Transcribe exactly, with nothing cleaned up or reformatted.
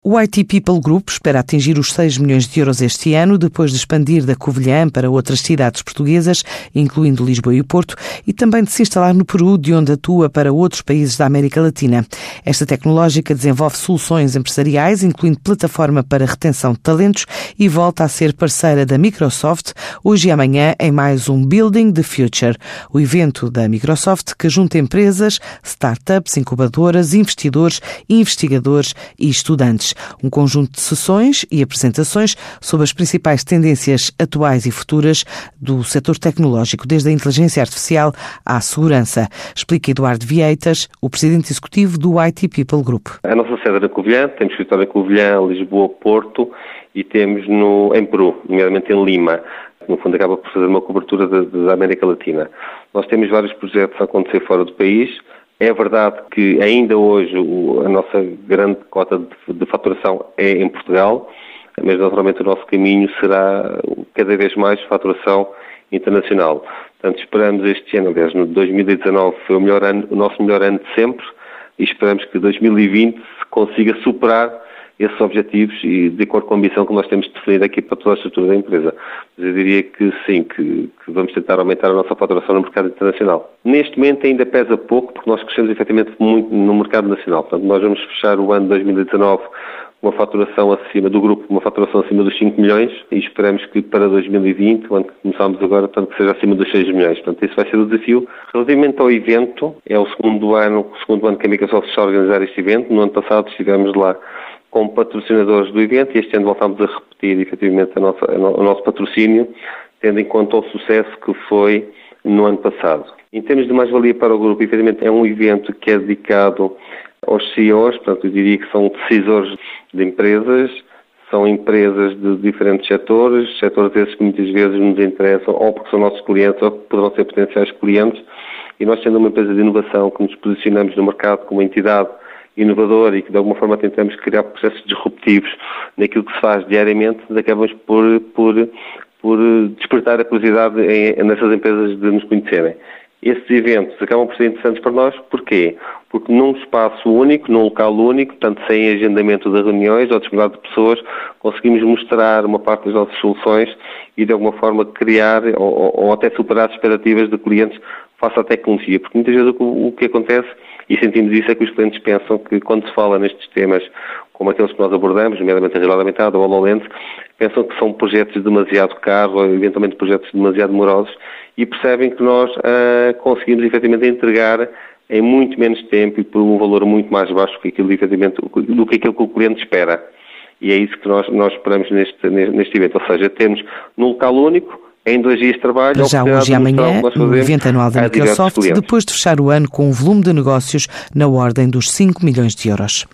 O I T People Group espera atingir os seis milhões de euros este ano, depois de expandir da Covilhã para outras cidades portuguesas, incluindo Lisboa e o Porto, e também de se instalar no Peru, de onde atua para outros países da América Latina. Esta tecnológica desenvolve soluções empresariais, incluindo plataforma para retenção de talentos, e volta a ser parceira da Microsoft, hoje e amanhã, em mais um Building the Future, o evento da Microsoft que junta empresas, startups, incubadoras, investidores, investigadores e estudantes. Um conjunto de sessões e apresentações sobre as principais tendências atuais e futuras do setor tecnológico, desde a inteligência artificial à segurança. Explica Eduardo Vieitas, o presidente executivo do I T People Group. A nossa sede é na Covilhã, temos escritório em Covilhã, Lisboa, Porto e temos no, em Peru, nomeadamente em Lima. No fundo acaba por fazer uma cobertura da, da América Latina. Nós temos vários projetos a acontecer fora do país. É verdade que ainda hoje a nossa grande cota de, de faturação é em Portugal, mas naturalmente o nosso caminho será cada vez mais faturação internacional. Portanto, esperamos este ano, aliás, no dois mil e dezanove foi o, melhor ano, o nosso melhor ano de sempre e esperamos que dois mil e vinte se consiga superar esses objetivos e de acordo com a ambição que nós temos definido aqui para toda a estrutura da empresa. Mas eu diria que sim, que, que vamos tentar aumentar a nossa faturação no mercado internacional. Neste momento ainda pesa pouco, porque nós crescemos efetivamente muito no mercado nacional. Portanto, nós vamos fechar o ano dois mil e dezanove com uma faturação acima do grupo, uma faturação acima dos cinco milhões e esperamos que para dois mil e vinte, o ano que começamos agora, portanto, que seja acima dos seis milhões. Portanto, esse vai ser o desafio. Relativamente ao evento, é o segundo ano, o segundo ano que a Microsoft está a organizar este evento. No ano passado estivemos lá como patrocinadores do evento e este ano voltamos a repetir efetivamente a nossa, a no, o nosso patrocínio, tendo em conta o sucesso que foi no ano passado. Em termos de mais-valia para o grupo, efetivamente é um evento que é dedicado aos C E Os, portanto eu diria que são decisores de empresas, são empresas de diferentes setores, setores esses que muitas vezes nos interessam ou porque são nossos clientes ou que poderão ser potenciais clientes e nós sendo uma empresa de inovação que nos posicionamos no mercado como entidade inovador e que de alguma forma tentamos criar processos disruptivos naquilo que se faz diariamente, acabamos por, por, por despertar a curiosidade em, nessas empresas de nos conhecerem. Esses eventos acabam por ser interessantes para nós, porquê? Porque num espaço único, num local único, portanto sem agendamento de reuniões ou disponibilidade de pessoas, conseguimos mostrar uma parte das nossas soluções e de alguma forma criar ou, ou até superar as expectativas de clientes face à tecnologia, porque muitas vezes o, o que acontece, e sentimos isso, é que os clientes pensam que quando se fala nestes temas, como aqueles que nós abordamos, nomeadamente a realidade aumentada ou a HoloLens, pensam que são projetos demasiado caros ou eventualmente projetos demasiado morosos e percebem que nós ah, conseguimos efetivamente entregar em muito menos tempo e por um valor muito mais baixo do que aquilo, efetivamente, do que aquilo que o cliente espera. E é isso que nós, nós esperamos neste, neste evento, ou seja, temos num local único, em dois dias de trabalho, já hoje e amanhã, no evento anual da Microsoft, depois de fechar o ano com um volume de negócios na ordem dos cinco milhões de euros.